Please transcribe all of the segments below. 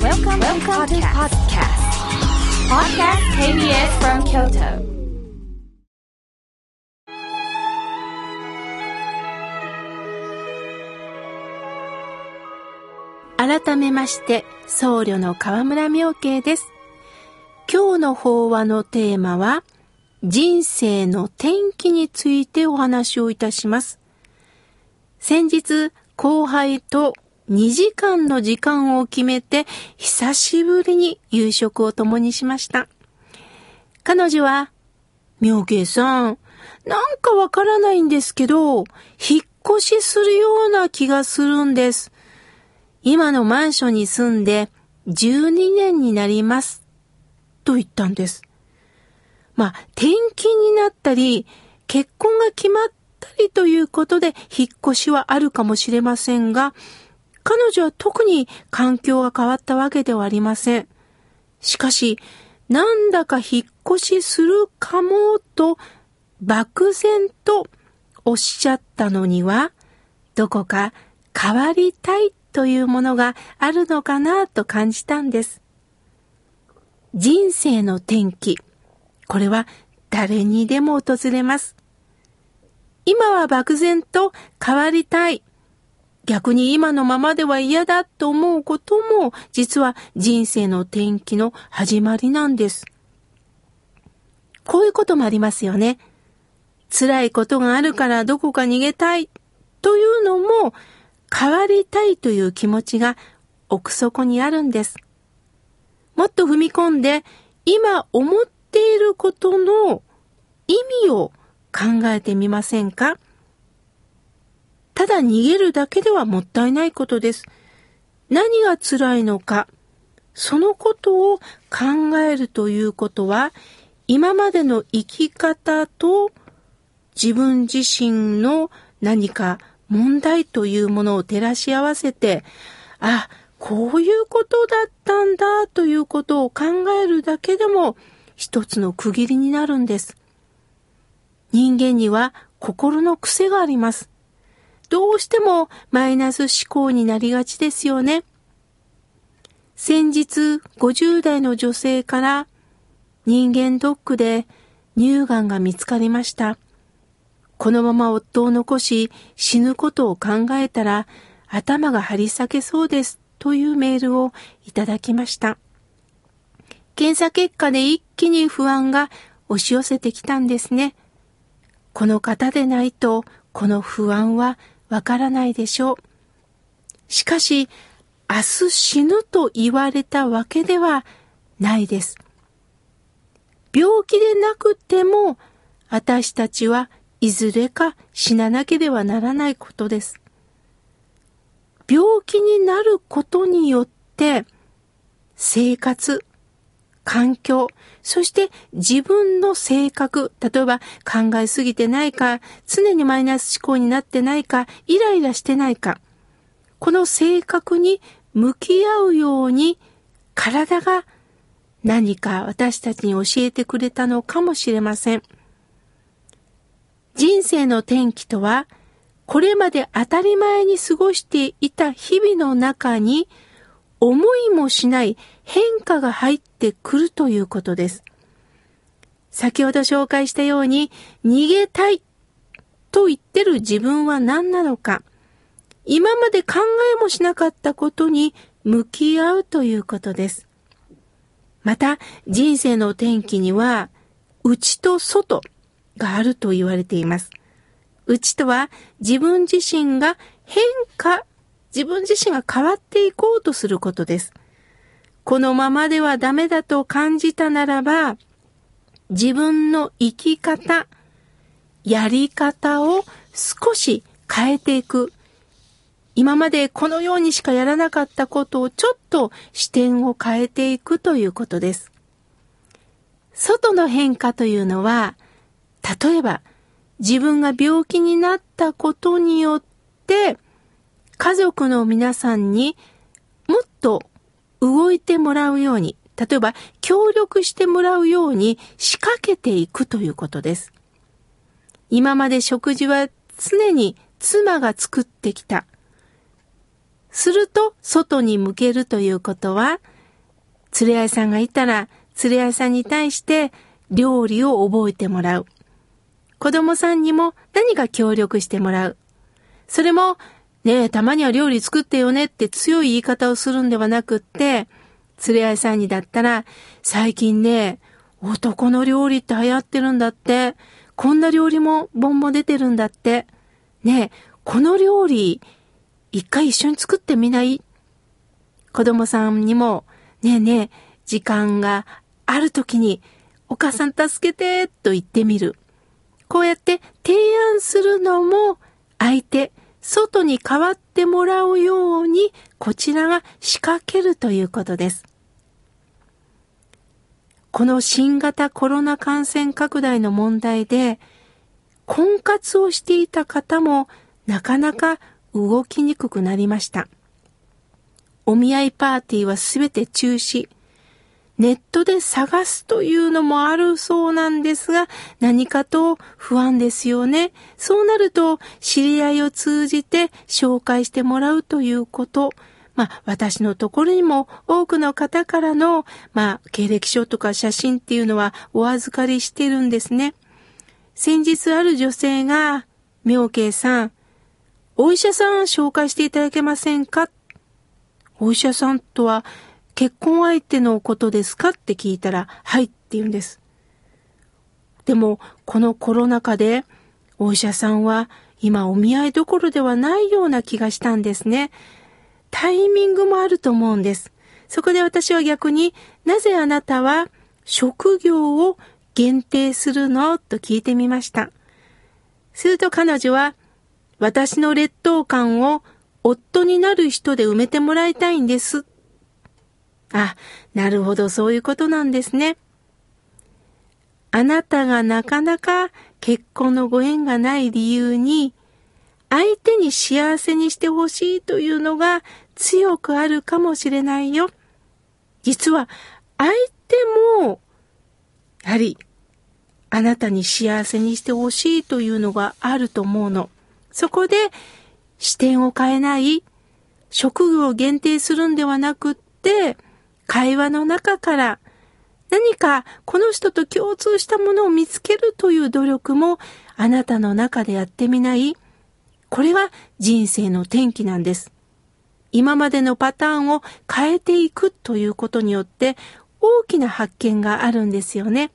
Welcome to podcast. Podcast KBS from Kyoto. 改めまして、僧侶の河村妙慶です。今日の法話のテーマは、人生の転機についてお話をいたします。先日、後輩と2時間の時間を決めて、久しぶりに夕食を共にしました。彼女は、妙慶さん、なんかわからないんですけど、引っ越しするような気がするんです。今のマンションに住んで12年になります。と言ったんです。転勤になったり、結婚が決まったりということで引っ越しはあるかもしれませんが、彼女は特に環境が変わったわけではありません。しかし、なんだか引っ越しするかもと漠然とおっしゃったのには、どこか変わりたいというものがあるのかなと感じたんです。人生の転機、これは誰にでも訪れます。今は漠然と変わりたい。逆に今のままでは嫌だと思うことも、実は人生の転機の始まりなんです。こういうこともありますよね。辛いことがあるからどこか逃げたいというのも、変わりたいという気持ちが奥底にあるんです。もっと踏み込んで、今思っていることの意味を考えてみませんか？ただ逃げるだけではもったいないことです。何が辛いのか、そのことを考えるということは、今までの生き方と自分自身の何か問題というものを照らし合わせて、こういうことだったんだということを考えるだけでも一つの区切りになるんです。人間には心の癖があります。どうしてもマイナス思考になりがちですよね。先日50代の女性から人間ドックで乳がんが見つかりました。このまま夫を残し死ぬことを考えたら頭が張り裂けそうですというメールをいただきました。検査結果で一気に不安が押し寄せてきたんですね。この方でないとこの不安はわからないでしょう。しかし明日死ぬと言われたわけではないです。病気でなくても私たちはいずれか死ななければならないことです。病気になることによって生活、環境、そして自分の性格、例えば考えすぎてないか、常にマイナス思考になってないか、イライラしてないか、この性格に向き合うように体が何か私たちに教えてくれたのかもしれません。人生の転機とは、これまで当たり前に過ごしていた日々の中に思いもしない変化が入ってくるということです。先ほど紹介したように、逃げたいと言ってる自分は何なのか、今まで考えもしなかったことに向き合うということです。また、人生の転機には、内と外があると言われています。内とは自分自身が自分自身が変わっていこうとすることです。このままではダメだと感じたならば、自分の生き方、やり方を少し変えていく。今までこのようにしかやらなかったことをちょっと視点を変えていくということです。外の変化というのは、例えば自分が病気になったことによって家族の皆さんにもっと動いてもらうように、例えば協力してもらうように仕掛けていくということです。今まで食事は常に妻が作ってきた。すると外に向けるということは、 連れ合いさんがいたら、連れ合いさんに対して料理を覚えてもらう。子供さんにも何か協力してもらう。それも、ねえ、たまには料理作ってよねって強い言い方をするんではなくって、連れ合いさんにだったら、最近ね、男の料理って流行ってるんだって、こんな料理も本も出てるんだって、ねえ、この料理、一回一緒に作ってみない？子供さんにも、ねえねえ、時間があるときに、お母さん助けて、と言ってみる。こうやって提案するのも、相手、外に変わってもらうように、こちらが仕掛けるということです。この新型コロナ感染拡大の問題で、婚活をしていた方もなかなか動きにくくなりました。お見合いパーティーはすべて中止。ネットで探すというのもあるそうなんですが、何かと不安ですよね。そうなると、知り合いを通じて紹介してもらうということ。私のところにも多くの方からの、経歴書とか写真っていうのはお預かりしてるんですね。先日ある女性が、妙慶さん、お医者さん紹介していただけませんか？お医者さんとは、結婚相手のことですかって聞いたら、はいって言うんです。でも、このコロナ禍で、お医者さんは今お見合いどころではないような気がしたんですね。タイミングもあると思うんです。そこで私は逆に、なぜあなたは職業を限定するの？と聞いてみました。すると彼女は、私の劣等感を夫になる人で埋めてもらいたいんです。なるほど、そういうことなんですね。あなたがなかなか結婚のご縁がない理由に、相手に幸せにしてほしいというのが強くあるかもしれないよ。実は相手も、やはりあなたに幸せにしてほしいというのがあると思うの。そこで視点を変えない、職業を限定するんではなくって、会話の中から何かこの人と共通したものを見つけるという努力もあなたの中でやってみない？これが人生の転機なんです。今までのパターンを変えていくということによって大きな発見があるんですよね。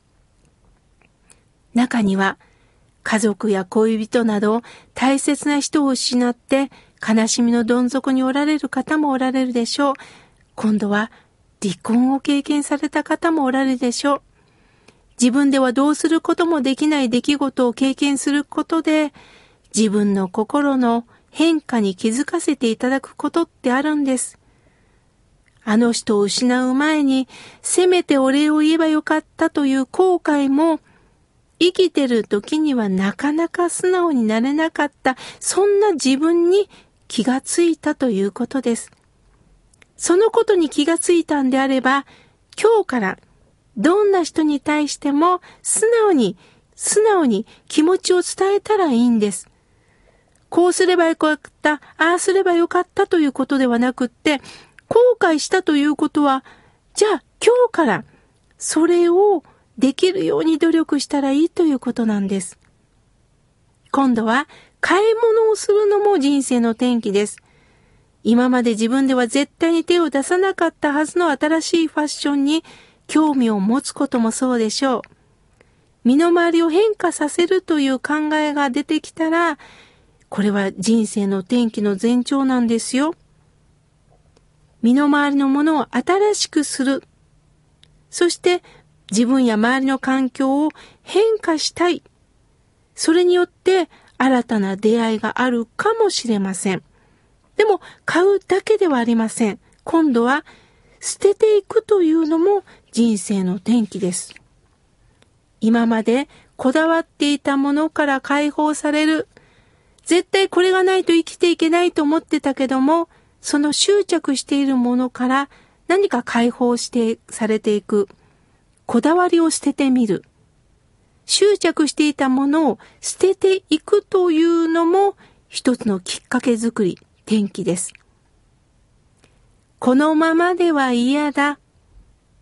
中には家族や恋人など大切な人を失って悲しみのどん底におられる方もおられるでしょう。今度は離婚を経験された方もおられるでしょう。自分ではどうすることもできない出来事を経験することで、自分の心の変化に気づかせていただくことってあるんです。あの人を失う前に、せめてお礼を言えばよかったという後悔も、生きてる時にはなかなか素直になれなかった、そんな自分に気がついたということです。そのことに気がついたんであれば、今日からどんな人に対しても素直に気持ちを伝えたらいいんです。こうすればよかった、ああすればよかったということではなくって、後悔したということは、じゃあ今日からそれをできるように努力したらいいということなんです。今度は買い物をするのも人生の転機です。今まで自分では絶対に手を出さなかったはずの新しいファッションに興味を持つこともそうでしょう。身の回りを変化させるという考えが出てきたら、これは人生の転機の前兆なんですよ。身の回りのものを新しくする。そして自分や周りの環境を変化したい。それによって新たな出会いがあるかもしれません。でも買うだけではありません。今度は捨てていくというのも人生の転機です。今までこだわっていたものから解放される。絶対これがないと生きていけないと思ってたけども、その執着しているものから何か解放されていく。こだわりを捨ててみる。執着していたものを捨てていくというのも一つのきっかけ作り。転機です。このままでは嫌だ。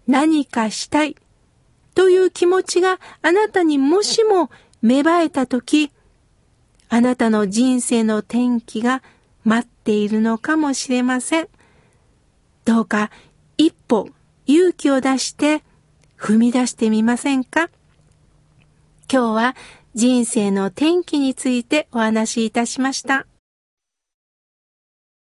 何かしたいという気持ちがあなたにもしも芽生えたとき、あなたの人生の転機が待っているのかもしれません。どうか一歩勇気を出して踏み出してみませんか？今日は人生の転機についてお話しいたしました。